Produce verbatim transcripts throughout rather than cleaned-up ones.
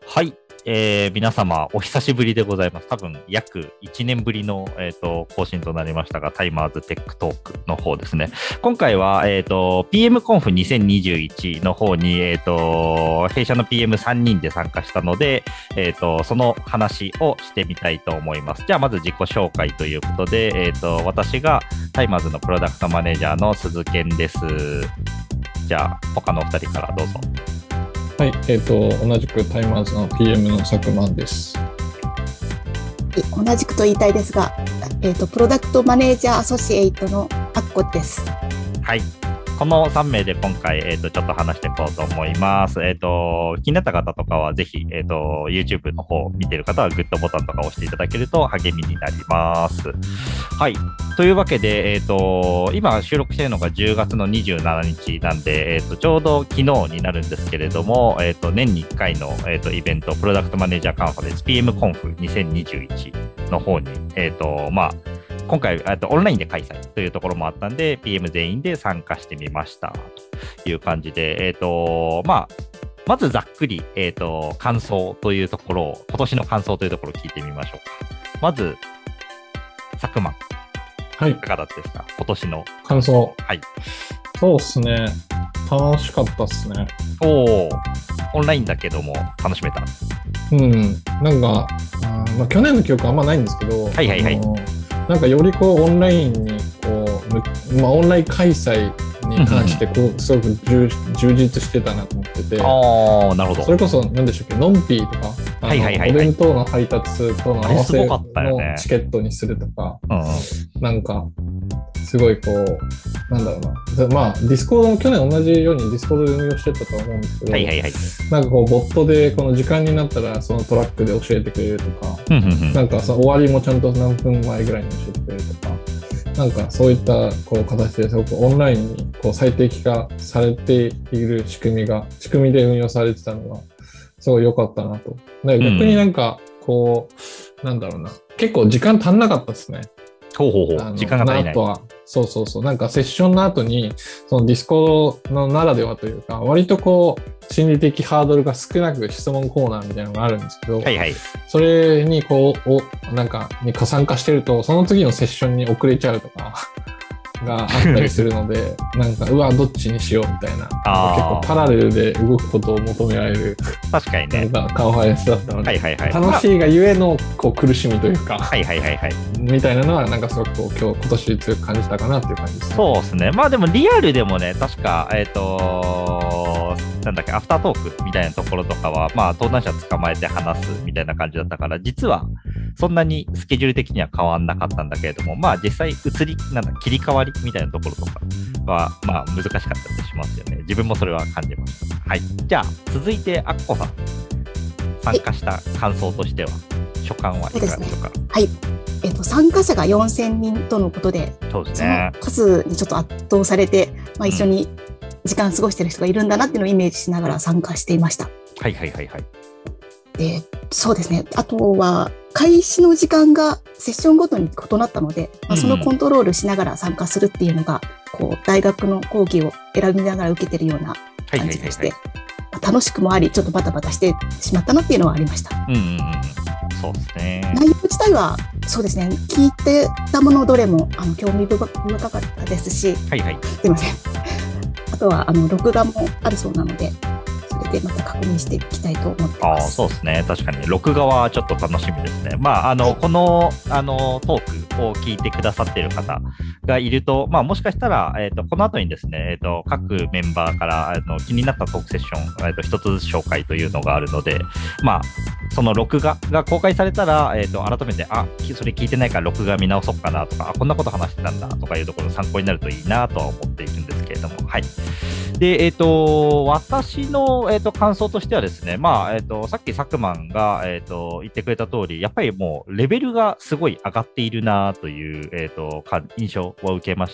はい、えー、皆様お久しぶりでございます。多分約いちねんぶりの、えー、と更新となりましたが、タイマーズテックトークの方ですね。今回は、えー、と ピーエム コンフにせんにじゅういちの方に、えー、と弊社の ピーエムさん 人で参加したので、えー、とその話をしてみたいと思います。じゃあまず自己紹介ということで、えー、と私がタイマーズのプロダクトマネージャーの鈴健です。じゃあ他のお二人からどうぞ。 はい、えっ、ー、と同じくタイマーズの ピーエム の佐久間です。 同じくと言いたいですが、えっ、ー、とプロダクトマネージャーアソシエイトのアッコです。 はい。このさん名で今回、えー、とちょっと話していこうと思います。えっ、ー、と気になった方とかはぜひ、えー、と YouTube の方を見ている方はグッドボタンとか押していただけると励みになります。はい。というわけで、えー、と今収録しているのがじゅうがつのにじゅうしちにちなんで、えー、とちょうど昨日になるんですけれども、えー、と年にいっかいの、えー、とイベントプロダクトマネージャーカンファレンス ピーエム コンフにせんにじゅういちの方に、えーとまあ今回とオンラインで開催というところもあったんで ピーエム 全員で参加してみましたという感じで、えーとまあ、まずざっくり、えーと感想というところを今年の感想というところを聞いてみましょうか。まず佐久間、 はい、 いかがだったですか今年の感想。 はい、 そうですね、楽しかったっすね。 おお、オンラインだけども楽しめた。 うん、なんかあ、まあ、去年の記憶あんまないんですけど、 はいはいはい、 あのなんかよりこうオンラインにこう、まあ、オンライン開催に関してこうすごく充実してたなと思ってて、 ああ、なるほど。 それこそ何でしたっけ、ノンピーとか、あの、はいはいはいはい、お弁当の配達との合わせのチケットにするとか、 うんうん、 なんかすごいこうなんだろうな、まあディスコードも去年同じようにディスコードで運用してたと思うんですけど、 はいはいはい、 なんかこうボットでこの時間になったらそのトラックで教えてくれるとか、なんかその終わりもちゃんと何分前ぐらいに教えてくれるとか、なんかそういったこう形ですごくオンラインにこう最適化されている仕組みが仕組みで運用されてたのがすごい良かったなと。で逆になんかこう、うん、なんだろうな、結構時間足んなかったですね。 ほうほうほう、時間が足りない。 そうそうそう、なんかセッションの後にそのディスコードのならではというか、割とこう心理的ハードルが少なく質問コーナーみたいなのがあるんですけど、 はいはい、 それにこうおなんかに参加してるとその次のセッションに遅れちゃうとかがあったりするのでなんかうわどっちにしようみたいな、結構パラレルで動くことを求められる、 確かにね、 なんかカンファレンスだったので、 はいはいはい、 楽しいがゆえのこう苦しみというか、 はいはいはいはい、 みたいなのはなんかすごくこう今日今年強く感じたかなっていう感じですね。 そうですね。まあでもリアルでもね、確かえっ、ー、となんだっけ、アフタートークみたいなところとかはまあ登壇者捕まえて話すみたいな感じだったから、実はそんなにスケジュール的には変わんなかったんだけれども、まあ実際移りなんだ切り替わりみたいなところとかはまあ難しかったりしますよね。自分もそれは感じました。はい。じゃあ続いてアッコさん、参加した感想としては所感はいかがでしょうか。 はい。えっと、参加者がよんせんにんとのことで、 そうですね、 その数にちょっと圧倒されて、まあ、一緒に時間過ごしてる人がいるんだなっていうのをイメージしながら参加していました。 はいはいはいはい。 で、そうですね。あとは開始の時間がセッションごとに異なったので、まあ、そのコントロールしながら参加するっていうのが、うん、こう大学の講義を選びながら受けてるような感じでして、はいはいはいはい、楽しくもありちょっとバタバタしてしまったなっていうのはありました。 うんうんうん、そうですね。 内容自体はそうですね、聞いてたものどれもあの興味深かったですし、 はいはい、 すいません。あとはあの録画もあるそうなので、それでまた確認していきたいと思ってます。 あ、そうですね。確かに録画はちょっと楽しみですね。まああの、はい、このあのトークを聞いてくださっている方がいると、まあもしかしたらえっ、ー、とこの後にですね、えっ、ー、と各メンバーからあの気になったトークセッションえっ、ー、と一つずつ紹介というのがあるので、まあその録画が公開されたら、えー、と改めてあそれ聞いてないから録画見直そうかなとか、あこんなこと話してたんだとかいうところ参考になるといいなとは思っているんですけれども、はい。で、えっ、ー、と私の、えー、と感想としてはですね、まあえー、とさっき佐久間が、えー、と言ってくれた通り、やっぱりもうレベルがすごい上がっているなという、えー、と印象を受けまして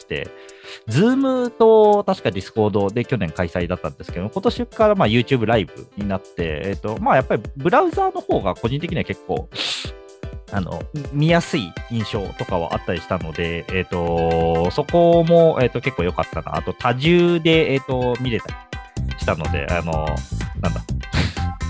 、Zoom と確か Discord で去年開催だったんですけど、今年からまあ YouTube ライブになって、えー、とまあやっぱりブラウザーの方が個人的には結構あの見やすい印象とかはあったりしたので、えー、とそこも、えー、と結構良かったな。あと多重で、えー、と見れたりしたので、あのなんだ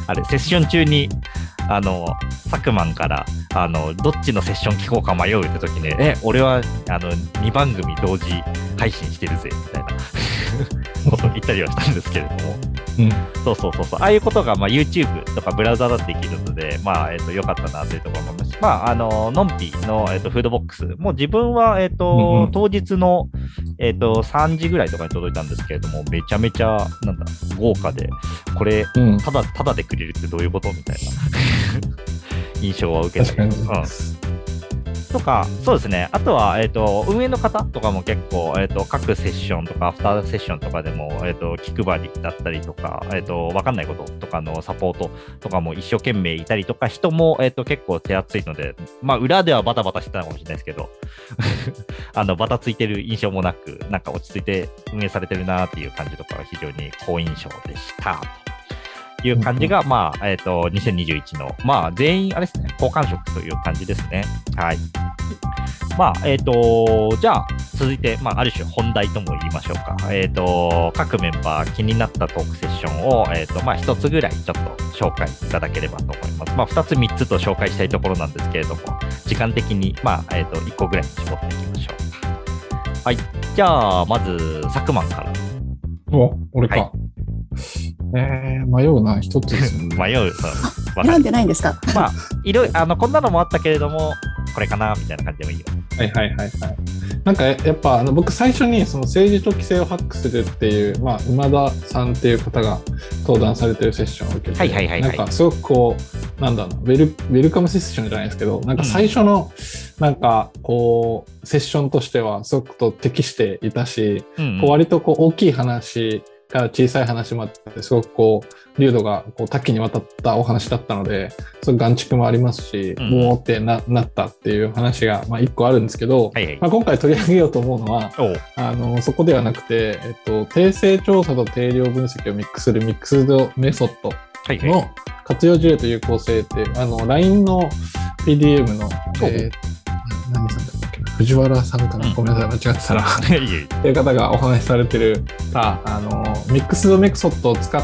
あれ、セッション中に、あの、佐久間から、あの、どっちのセッション聞こうか迷うって時に、え、俺は、あの、にばんぐみ同時配信してるぜ、みたいなことを言ったりはしたんですけれども。うん、そうそうそうそう。ああいうことが、まあ、YouTube とかブラウザだってできるので、まあ、えっと、良かったなというところもありますし、まあ、あの、のんぴの、えっと、フードボックス、もう自分は、えっと、うんうん、当日の、えっと、さんじぐらいとかに届いたんですけれども、めちゃめちゃ、なんだ、豪華で、これ、うん、ただ、ただでくれるってどういうことみたいな印象は受けたり。とか、そうですね。あとは、えっと、運営の方とかも結構、えっと、各セッションとか、アフターセッションとかでも、えっと、気配りだったりとか、えっと、わかんないこととかのサポートとかも一生懸命いたりとか、人も、えっと、結構手厚いので、まあ、裏ではバタバタしてたのかもしれないですけど、あの、バタついてる印象もなく、なんか落ち着いて運営されてるなっていう感じとかは非常に好印象でした。という感じが、まあ、えっと、にせんにじゅういちの、まあ、全員、あれですね、好感触という感じですね。はい。まあ、えっと、じゃあ、続いて、まあ、ある種本題とも言いましょうか。えっと、各メンバー気になったトークセッションを、えっと、まあ、一つぐらいちょっと紹介いただければと思います。まあ、二つ三つと紹介したいところなんですけれども、時間的に、まあ、えっと、一個ぐらいに絞っていきましょう。はい。じゃあ、まず、佐久間から。 お、俺か。はい、えー、迷うな、一つですね。 迷う。 選んでないんですか？ まあ、いろいろ、あの、こんなのもあったけれども、これかなみたいな感じでもいいよ。 はいはいはいはい。なんかやっぱあの僕最初にその政治と規制をハックするっていう、まあ、馬田さんっていう方が登壇されてるセッションを受けて、はいはいはいはい、なんかすごくこうなんだろうなウェル、ウェルカムセッションじゃないですけど、なんか最初のなんかこうセッションとしてはすごくと適していたし、うんうん、こう割とこう大きい話から小さい話まですごくこう流度がこう多岐にわたったお話だったので、その眼蓄もありますし、うん、もうって な, なったっていう話がまあ一個あるんですけど、はいはい、まあ、今回取り上げようと思うのはあのそこではなくて、えっと、定性調査と定量分析をミックスするミックスドメソッドの活用事例と有効性っていう、あの ライン の ピーディーエム の、えー、何さんだっけ藤原さんかな、うん、ごめんなさい間違ってたらっていう方がお話しされてるあのミックスドメソッドを使って、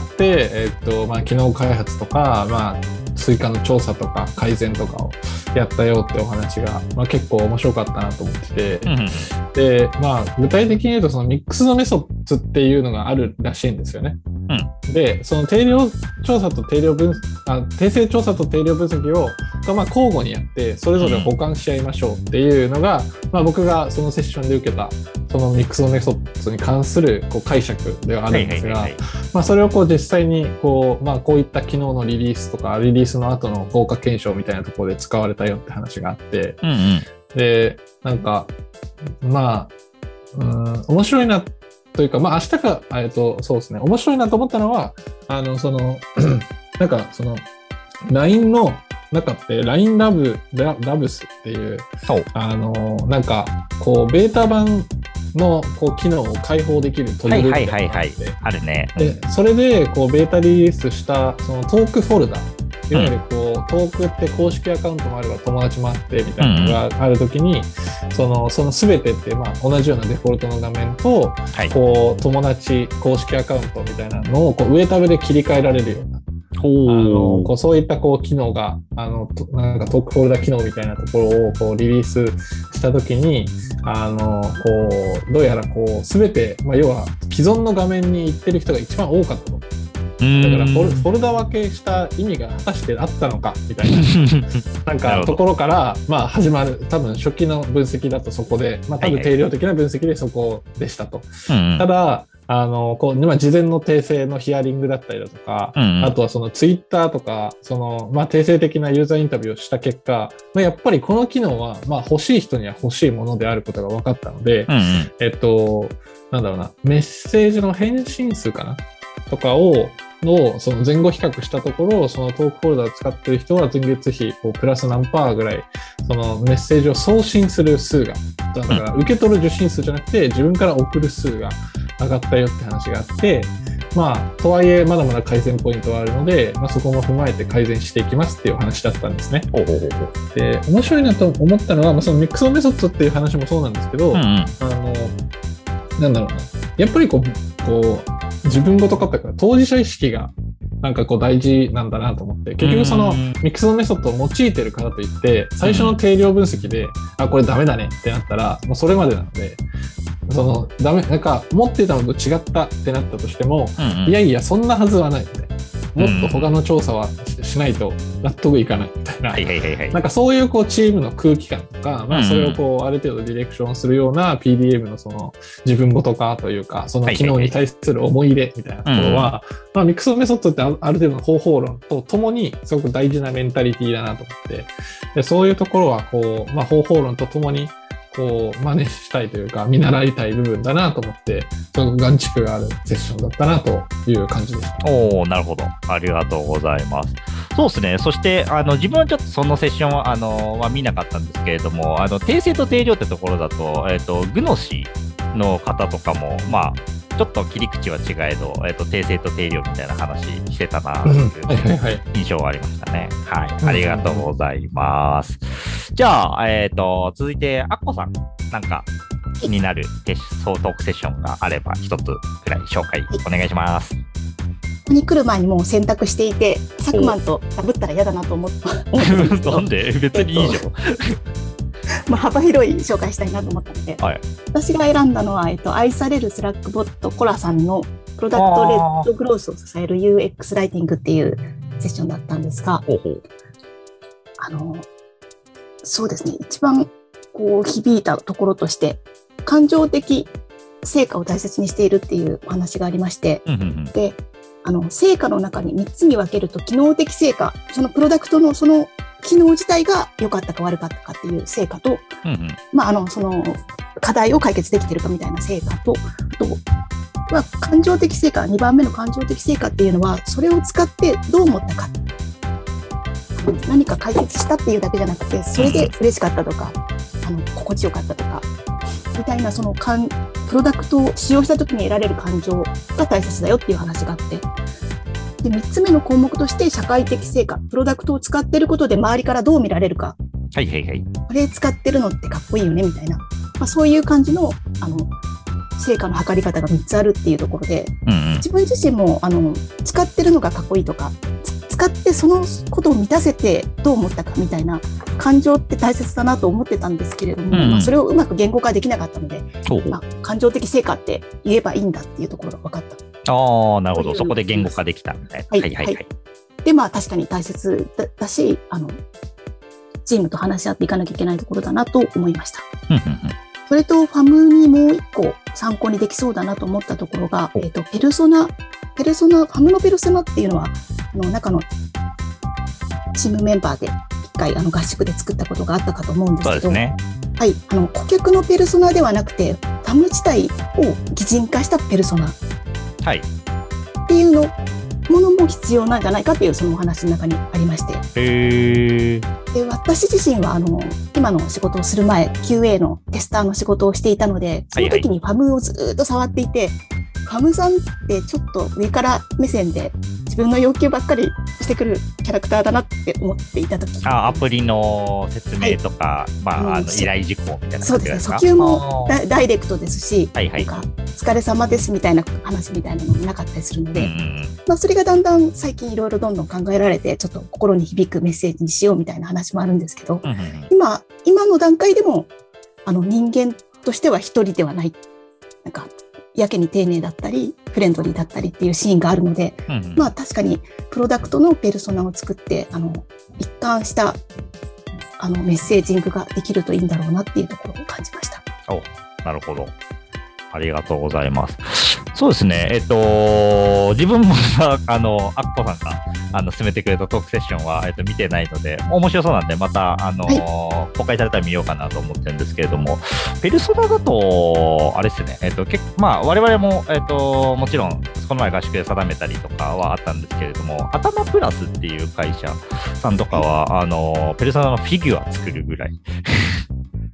えーとまあ、機能開発とか、まあ、追加の調査とか改善とかをやったよってお話が、まあ、結構面白かったなと思ってて、うん、で、まあ、具体的に言うとそのミックスドメソッドっていうのがあるらしいんですよね。うん、でその定量調査と定量分あ定性調査と定量分析をまあ交互にやってそれぞれ補完し合いましょうっていうのが、うんまあ、僕がそのセッションで受けたそのミックスドメソッドに関するこう解釈ではあるんですが、まあ、それをこう実際にこう、まあ、こういった機能のリリースとかリリースの後の効果検証みたいなところで使われたよって話があって、うんうん、でなんかまあうん面白いなというか、まあ明日か、えっと、そうですね、面白いなと思ったのは、あの、その、なんか、その、ライン の中って、ライン ラブ、ラブスっていう、あの、なんか、こう、ベータ版のこう機能を開放できるトリグルみたいなのがあって、 あるね。 で、それで、こう、ベータリリースした、そのトークフォルダ、いわゆるこう、トークって公式アカウントもあれば友達もあってみたいなのがあるときに、うん、その、その全てってまあ同じようなデフォルトの画面と、はい、こう、友達公式アカウントみたいなのをこう上タブで切り替えられるような。あのこうそういったこう機能があのなんかトークフォルダ機能みたいなところをこうリリースしたときにあのこうどうやらこう全て、まあ、要は既存の画面に行ってる人が一番多かったと。だからフォル、フォルダ分けした意味が果たしてあったのかみたいななんかところからまあ始まる多分初期の分析だとそこで、まあ、多分定量的な分析でそこでしたと。はいはい、ただあのこう今事前の訂正のヒアリングだったりだとか、うんうん、あとはそのツイッターとかその、まあ、訂正的なユーザーインタビューをした結果、まあ、やっぱりこの機能は、まあ、欲しい人には欲しいものであることが分かったので、うんうん、えっとなんだろうなメッセージの返信数かなとかをのその前後比較したところそのトークフォルダを使っている人は前月比こうプラス何パーぐらいそのメッセージを送信する数がだから受け取る受信数じゃなくて自分から送る数が上がったよって話があってまあとはいえまだまだ改善ポイントはあるので、まあ、そこも踏まえて改善していきますっていう話だったんですね。おうおうおうで面白いなと思ったのは、まあ、そのミックスメソッドっていう話もそうなんですけど、うんうん、あのなんだろうなやっぱりこうこう自分ごとかったから当事者意識がなんかこう大事なんだなと思って、結局そのミックスのメソッドを用いてるからといって最初の定量分析で、うん、あこれダメだねってなったらもうそれまでなので、そのダメなんか思ってたのと違ったってなったとしても、うんうん、いやいやそんなはずはないみたいな、もっと他の調査はしないと納得いかないみたいな、はいはいはいはい、なんかそういうこうチームの空気感とか、まあ、それをこうある程度ディレクションするような ピーディーエム のその自分ごと化というか、その機能に対する思い入れみたいなところは、まあ、ミックスメソッドってある程度の方法論とともにすごく大事なメンタリティだなと思って、でそういうところはこう、まあ、方法論とともにこう真似したいというか見習いたい部分だなと思って、その眼蓄があるセッションだったなという感じです。 おー、なるほど、ありがとうございます。そうですね。そしてあの自分はちょっとそのセッションはあの、まあ、見なかったんですけれども、あの定性と定量ってところだと、えっとグノシーの方とかもまあちょっと切り口は違えど、えっと定性と定量みたいな話してたなという印象はありましたね。はい、ありがとうございます。じゃあ、えっと続いてアッコさん、なんか気になるトークセッションがあれば一つくらい紹介お願いします。 ここに来る前にもう選択していて、佐久間とダブったら嫌だなと思ったなんで別にいいじゃん、えっとまあ、幅広い紹介したいなと思ったので、はい、私が選んだのは、えっと、愛されるスラックボットコラさんのプロダクトレッドグロースを支える ユーエックス ライティングっていうセッションだったんですが、ほうほう、あのそうですね、一番こう響いたところとして感情的成果を大切にしているっていうお話がありまして、うんうんうん、であの成果の中にみっつに分けると、機能的成果、そのプロダクトのその機能自体が良かったか悪かったかっていう成果と、うんうんまあ、あのその課題を解決できてるかみたいな成果と、あとは感情的成果、にばんめの感情的成果っていうのはそれを使ってどう思ったか、何か解決したっていうだけじゃなくて、それで嬉しかったとか、あの心地よかったとかみたいな、そのかんプロダクトを使用した時に得られる感情が大切だよっていう話があって、でみっつめの項目として社会的成果、プロダクトを使っていることで周りからどう見られるか、 はいはいはい、 これ使ってるのってかっこいいよねみたいな、まあ、そういう感じの、あの成果の測り方がみっつあるっていうところで、うんうん、自分自身もあの使ってるのがかっこいいとか、使ってそのことを満たせてどう思ったかみたいな感情って大切だなと思ってたんですけれども、うんうんまあ、それをうまく言語化できなかったので、まあ、感情的成果って言えばいいんだっていうところが分かった。 ああ、なるほど。そこで言語化できたみたいな。はいはいはい、はい。 で、まあ確かに大切 だ, だし、あのチームと話し合っていかなきゃいけないところだなと思いました。それとファムにもう一個参考にできそうだなと思ったところが、えーと、ペルソナ、ペルソナ、ファムのペルソナっていうのは、あの中のチームメンバーで一回あの合宿で作ったことがあったかと思うんですけど、そうですね。はい、あの顧客のペルソナではなくて、ファム自体を擬人化したペルソナ。はい、っていうのものも必要なんじゃないかっていうそのお話の中にありまして、へー。で私自身はあの今の仕事をする前 キューエー のテスターの仕事をしていたので、その時にファムをずっと触っていて、はいはい、ファムさんってちょっと上から目線で自分の要求ばっかりしてくるキャラクターだなって思っていた時、 あアプリの説明とか、はい、まあ、あの依頼事項みたいな感じですか。そうですね、訴求もダ, ダイレクトですし、はいはい、なんかお疲れ様ですみたいな話みたいなのもなかったりするので、うんうんまあ、それがだんだん最近いろいろどんどん考えられて、ちょっと心に響くメッセージにしようみたいな話もあるんですけど、うんうん、今, 今の段階でもあの人間としては一人ではない、なんかやけに丁寧だったりフレンドリーだったりっていうシーンがあるので、うんうん、まあ確かにプロダクトのペルソナを作ってあの一貫したあのメッセージングができるといいんだろうなっていうところを感じました。 お、なるほど、ありがとうございます。そうですね、えっと自分もあのアッコさんがあの進めてくれたトークセッションは、えっと、見てないので面白そうなんで、またあの、はい、公開されたら見ようかなと思ってるんですけれども、ペルソナだとあれですね、えっと結まあ我々も、えっと、もちろんこの前合宿で定めたりとかはあったんですけれども、頭プラスっていう会社さんとかはあのペルソナのフィギュア作るぐらい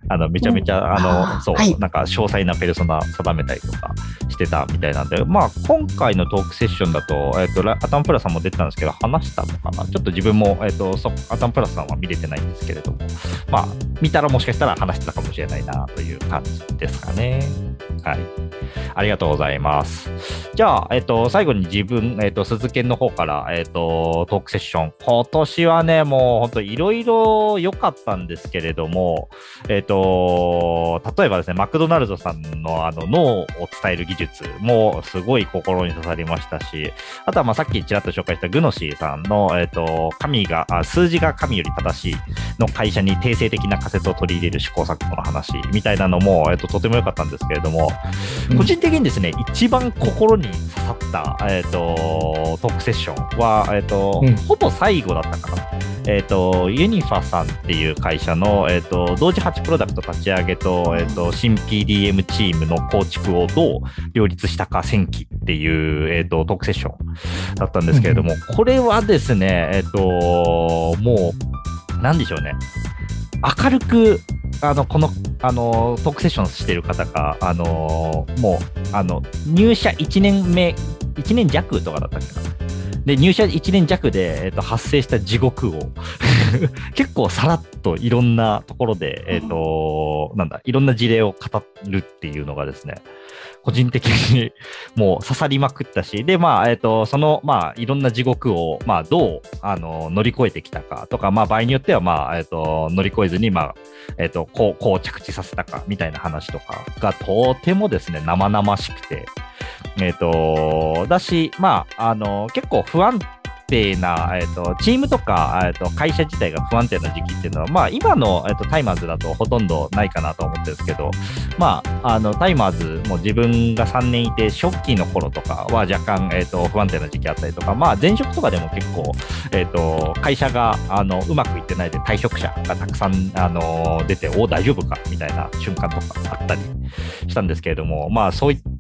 あのめちゃめちゃ、うん、あのそう、 はい、 なんか詳細なペルソナ定めたりとかしてたみたいなんで、まあ、今回のトークセッションだと、えっと、アタンプラスさんも出てたんですけど、話したのかな、ちょっと自分も、えっと、そアタンプラスさんは見れてないんですけれども、まあ、見たらもしかしたら話してたかもしれないなという感じですかね。はい。ありがとうございます。じゃあ、えっと、最後に自分、えっと、鈴研の方から、えっと、トークセッション。今年はね、もう本当いろいろ良かったんですけれども、えっと、例えばですね、マクドナルドさんのあの脳を伝える技術もすごい心に刺さりましたし、あとはまあさっきちらっと紹介したグノシーさんの、えっと、神が、あ、数字が神より正しいの会社に定性的な仮説を取り入れる試行錯誤の話みたいなのも、えっと、とても良かったんですけれども、うん、個人的にですね、一番心に刺さった、えー、とトークセッションは、えーとうん、ほぼ最後だったかな、えーと、ユニファさんっていう会社の、えーと、同時はちプロダクト立ち上げと、えーと、新 ピーディーエム チームの構築をどう両立したか戦記っていう、えーと、トークセッションだったんですけれども、うん、これはですね、えーと、もうなんでしょうね、明るくあのこのあのトークセッションしている方が、あのもうあの入社いちねんめ、いちねん弱とかだったっけな。で入社いちねん弱で、えー、と発生した地獄を結構さらっといろんなところで、えーとなんだいろんな事例を語るっていうのがですね、個人的にもう刺さりまくったし、で、まあ、えっと、その、まあ、いろんな地獄を、まあ、どう、あの、乗り越えてきたかとか、まあ、場合によっては、まあ、えっと、乗り越えずに、まあ、えっと、こう、こう着地させたか、みたいな話とかが、とてもですね、生々しくて、えっと、だし、まあ、あの、結構不安定な、えっと、チームとか、えっと、会社自体が不安定な時期っていうのは、まあ、今の、えっと、タイマーズだとほとんどないかなと思ってるんですけど、まあ、あの、タイマーズも自分がさんねんいて、初期の頃とかは若干、えっと、不安定な時期あったりとか、まあ、前職とかでも結構、えっと、会社が、あの、うまくいってないで退職者がたくさん、あの、出て、お、大丈夫かみたいな瞬間とかあったりしたんですけれども、まあ、そういった、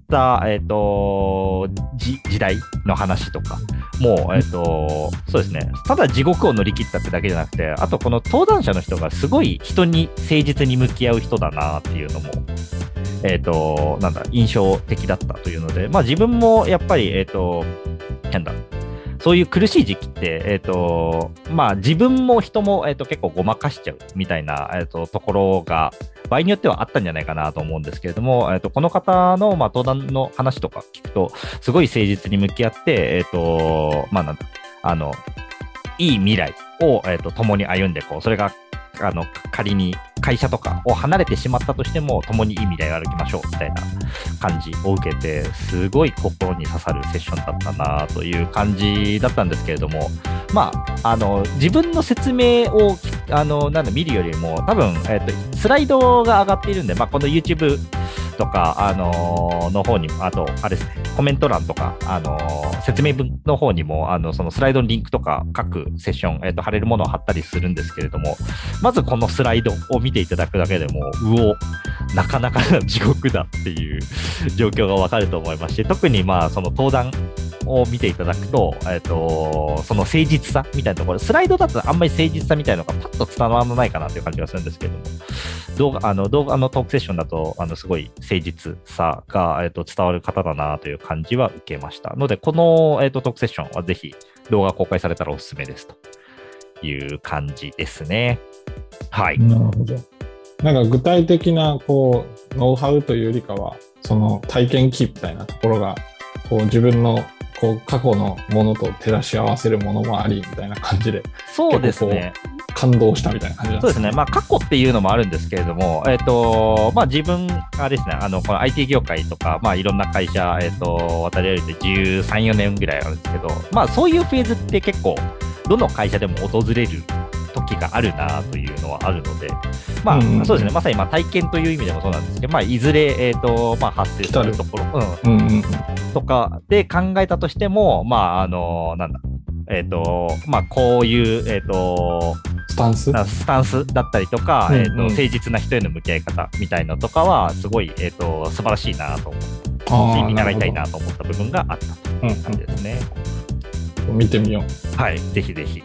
えっと、じ時代の話とか、もう、えっと、そうですね、ただ地獄を乗り切ったってだけじゃなくて、あとこの登壇者の人がすごい人に誠実に向き合う人だなっていうのも、えっと、なんだ、印象的だったというので、まあ自分もやっぱり、えっと、なんだ、そういう苦しい時期って、えっと、まあ自分も人も、えっと、結構ごまかしちゃうみたいな、えっと、ところが、場合によってはあったんじゃないかなと思うんですけれども、えっと、この方の、まあ、登壇の話とか聞くと、すごい誠実に向き合って、えっと、まあなんだ、あの、いい未来を、えっと、共に歩んでいこう。それが、あの、仮に会社とかを離れてしまったとしても、共にいい未来を歩きましょう、みたいな感じを受けて、すごい心に刺さるセッションだったなという感じだったんですけれども、まあ、あの、自分の説明を、あの、なんだ、見るよりも、多分、えっと、スライドが上がっているんで、まあ、この YouTube、とか、あのー、の方にも、あと、あれですね、コメント欄とか、あのー、説明文の方にも、あの、そのスライドのリンクとか、各セッション、えっと、貼れるものを貼ったりするんですけれども、まずこのスライドを見ていただくだけでも、うお、なかなかな地獄だっていう状況がわかると思いますし、特にまあ、その登壇を見ていただくと、えっと、その誠実さみたいなところ、スライドだとあんまり誠実さみたいなのがパッと伝わらないかなという感じがするんですけれども、動画、あの、動画のトークセッションだと、あの、すごい誠実さが、えっと、伝わる方だなという感じは受けました。ので、この、えっと、トークセッションはぜひ動画公開されたらおすすめですという感じですね。はい。 なるほど。なんか具体的な、こう、ノウハウというよりかは、その体験記みたいなところが、こう、自分のこう過去のものと照らし合わせるものもありみたいな感じで、 そうですね、 感動したみたいな感じなんですね。 そうですね、まあ、過去っていうのもあるんですけれども、えーとまあ、自分あれですね、あのこの アイティー 業界とか、まあ、いろんな会社、えーと渡り歩いてじゅうさん、よねんぐらいあるんですけど、まあ、そういうフェーズって結構どの会社でも訪れる時があるなというのはあるので、まあ、うんうん、そうですね、まさにまあ体験という意味でもそうなんですけど、まあ、いずれ、えーとまあ、発生するところ、うんうんうん、とかで考えたとしても、まあ、あのなんだ、えーとまあ、こういう、えーとスタンススタンスだったりとか、うんうん、えーと誠実な人への向き合い方みたいなのとかはすごい、えーと素晴らしいなと思って見習いたいなと思った部分があったという感じですね。 うんうん、見てみよう。 はい、ぜひぜひ。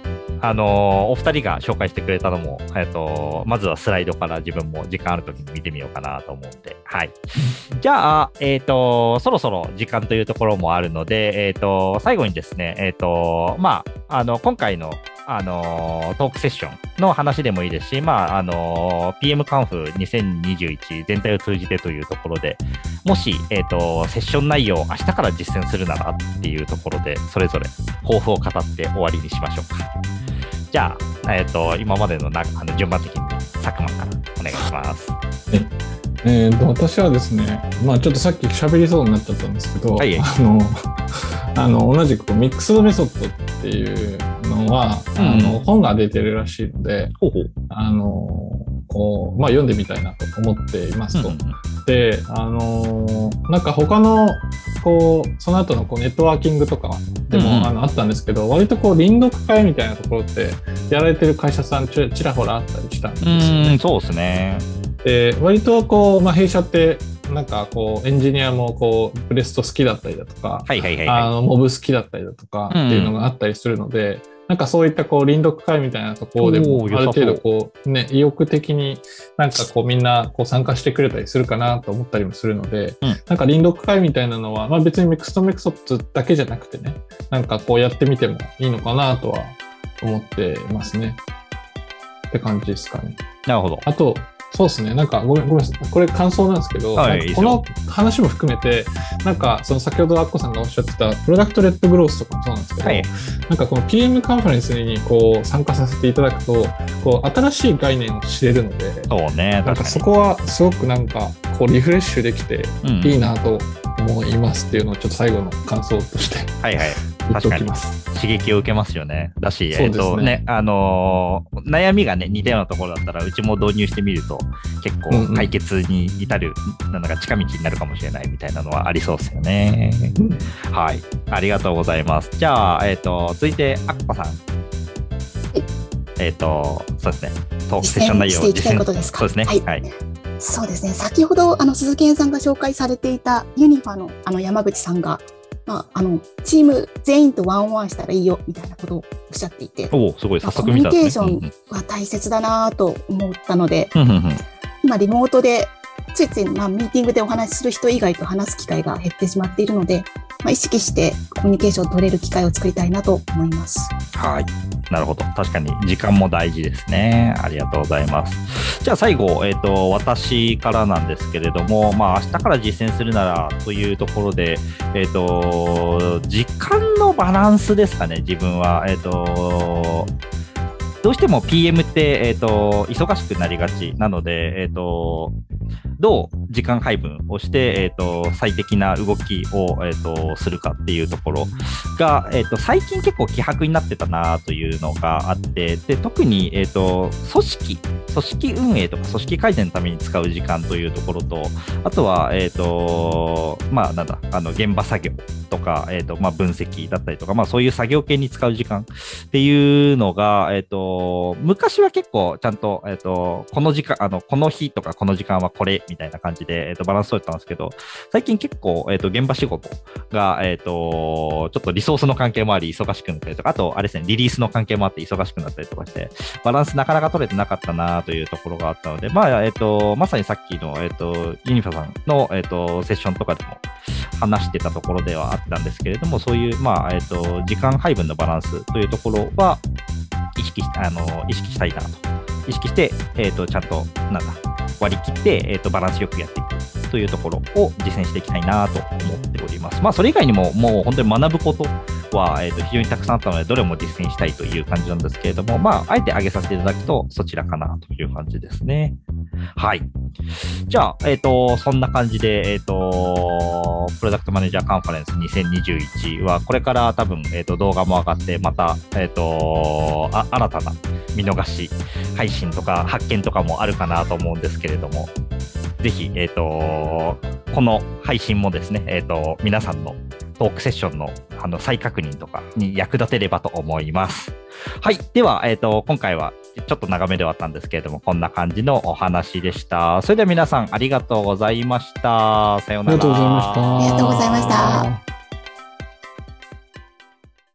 あのー、お二人が紹介してくれたのも、えっと、まずはスライドから自分も時間あるときに見てみようかなと思うんで、はい。じゃあ、えっと、そろそろ時間というところもあるので、えっと、最後にですね、えっと、まあ、あの、今回のあのトークセッションの話でもいいですし、まああの ピーエム カンフにせんにじゅういち全体を通じてというところで、もし、えーと、セッション内容を明日から実践するならっていうところで、それぞれ抱負を語って終わりにしましょうか。じゃあ、えーと、今までのなあの順番的に佐久間からお願いします。 えー、と私はですね、まあ、ちょっとさっき喋りそうになっちゃったんですけど、はい、あのあの同じくミックスドメソッドっていうのは、うん、あの本が出てるらしいので、ほうほうあのこう、まあ、読んでみたいなと思っていますと。うんうん、で、あのなんか他のこうその後のこうネットワーキングとかでも、うん、あのあったんですけど、割とこう臨読会みたいなところってやられてる会社さんちらほらあったりしたんですよね。 うん、そうですね。 で割とこう、まあ、弊社ってなんかこうエンジニアもこうブレスト好きだったりだとか、はいはいはいはい、あのモブ好きだったりだとかっていうのがあったりするので、うん、なんかそういったこう臨読会みたいなところでもある程度こうね意欲的になんかこうみんなこう参加してくれたりするかなと思ったりもするので、うん、なんか臨読会みたいなのは、まあ、別にミックスドメソッドだけじゃなくてね、なんかこうやってみてもいいのかなとは思ってますねって感じですかね。 なるほど。 あとそうですね。なんかごめんごめんなさい。これ感想なんですけど、はい、この話も含めて、なんかその先ほどアッコさんがおっしゃってたプロダクトレッドグロースとかもそうなんですけど、はい、なんかこの ピーエム カンファレンスにこう参加させていただくと、こう新しい概念を知れるので、 そうね、 なんかそこはすごくなんかこうリフレッシュできていいなと思いますっていうのをちょっと最後の感想としてはいはい。確かに刺激を受けますよね。だし、ねえーとねあのー、悩みが、ね、似たようなところだったらうちも導入してみると結構解決に至る、うんうん、なんか近道になるかもしれないみたいなのはありそうですよね。うん、はい、ありがとうございます。じゃあ、えーと、続いてアッコさん。えっ、ー、とそうですね。トークセッション内容を実践していきたいことですか。 そうですね。 はい。はい、そうですね。先ほどあの鈴木さんが紹介されていたユニファのあの山口さんが。まあ、あのチーム全員とワンオンワンしたらいいよみたいなことをおっしゃっていて、 おすごい早速見たんですね。 コミュニケーションは大切だなと思ったので、今リモートでついついまあミーティングでお話しする人以外と話す機会が減ってしまっているので、まあ、意識してコミュニケーションを取れる機会を作りたいなと思います。 はい、なるほど。確かに時間も大事ですね。ありがとうございます。じゃあ最後、えーと、私からなんですけれども、まあ、明日から実践するならというところで、えーと、時間のバランスですかね、自分は。えーとどうしても ピーエム って、えーと、忙しくなりがちなので、えーと、どう時間配分をして、えーと、最適な動きを、えーと、するかっていうところが、えーと、最近結構希薄になってたなというのがあって、で特に、えーと、組織、組織運営とか組織改善のために使う時間というところと、あとは、えーとまあ、なんだあの現場作業とか、えーとまあ、分析だったりとか、まあ、そういう作業系に使う時間っていうのが、えーと昔は結構ちゃんと、えーと、この時間、あの、この日とかこの時間はこれみたいな感じで、えーと、バランス取れたんですけど、最近結構、えーと、現場仕事が、えーと、ちょっとリソースの関係もあり忙しくなったりとか、あと、あれですね、リリースの関係もあって忙しくなったりとかして、バランスなかなか取れてなかったなというところがあったので、まあ、えーと、まさにさっきの、えーと、ユニファさんの、えーと、セッションとかでも話してたところではあったんですけれども、そういう、まあ、えーと、時間配分のバランスというところは、意識し、あの、意識したいなと。意識して、えっと、ちゃんと、なんだ、割り切って、えっと、バランスよくやっていくというところを実践していきたいなと思っております。まあ、それ以外にも、もう本当に学ぶことは、えっと、非常にたくさんあったので、どれも実践したいという感じなんですけれども、まあ、あえて挙げさせていただくと、そちらかなという感じですね。はい。じゃあ、えっと、そんな感じで、えっと、プロダクトマネージャーカンファレンスにせんにじゅういちは、これから多分、えっと、動画も上がって、また、えっと、あ新たな見逃し配信とか発見とかもあるかなと思うんですけれども、ぜひ、えっと、この配信もですね、えっと、皆さんのトークセッションの、あの再確認とかに役立てればと思います。はい。では、えっと、今回はちょっと長めではあったんですけれども、こんな感じのお話でした。それでは皆さんありがとうございました。さようなら。 ありがとうございました。 ありがとうございました。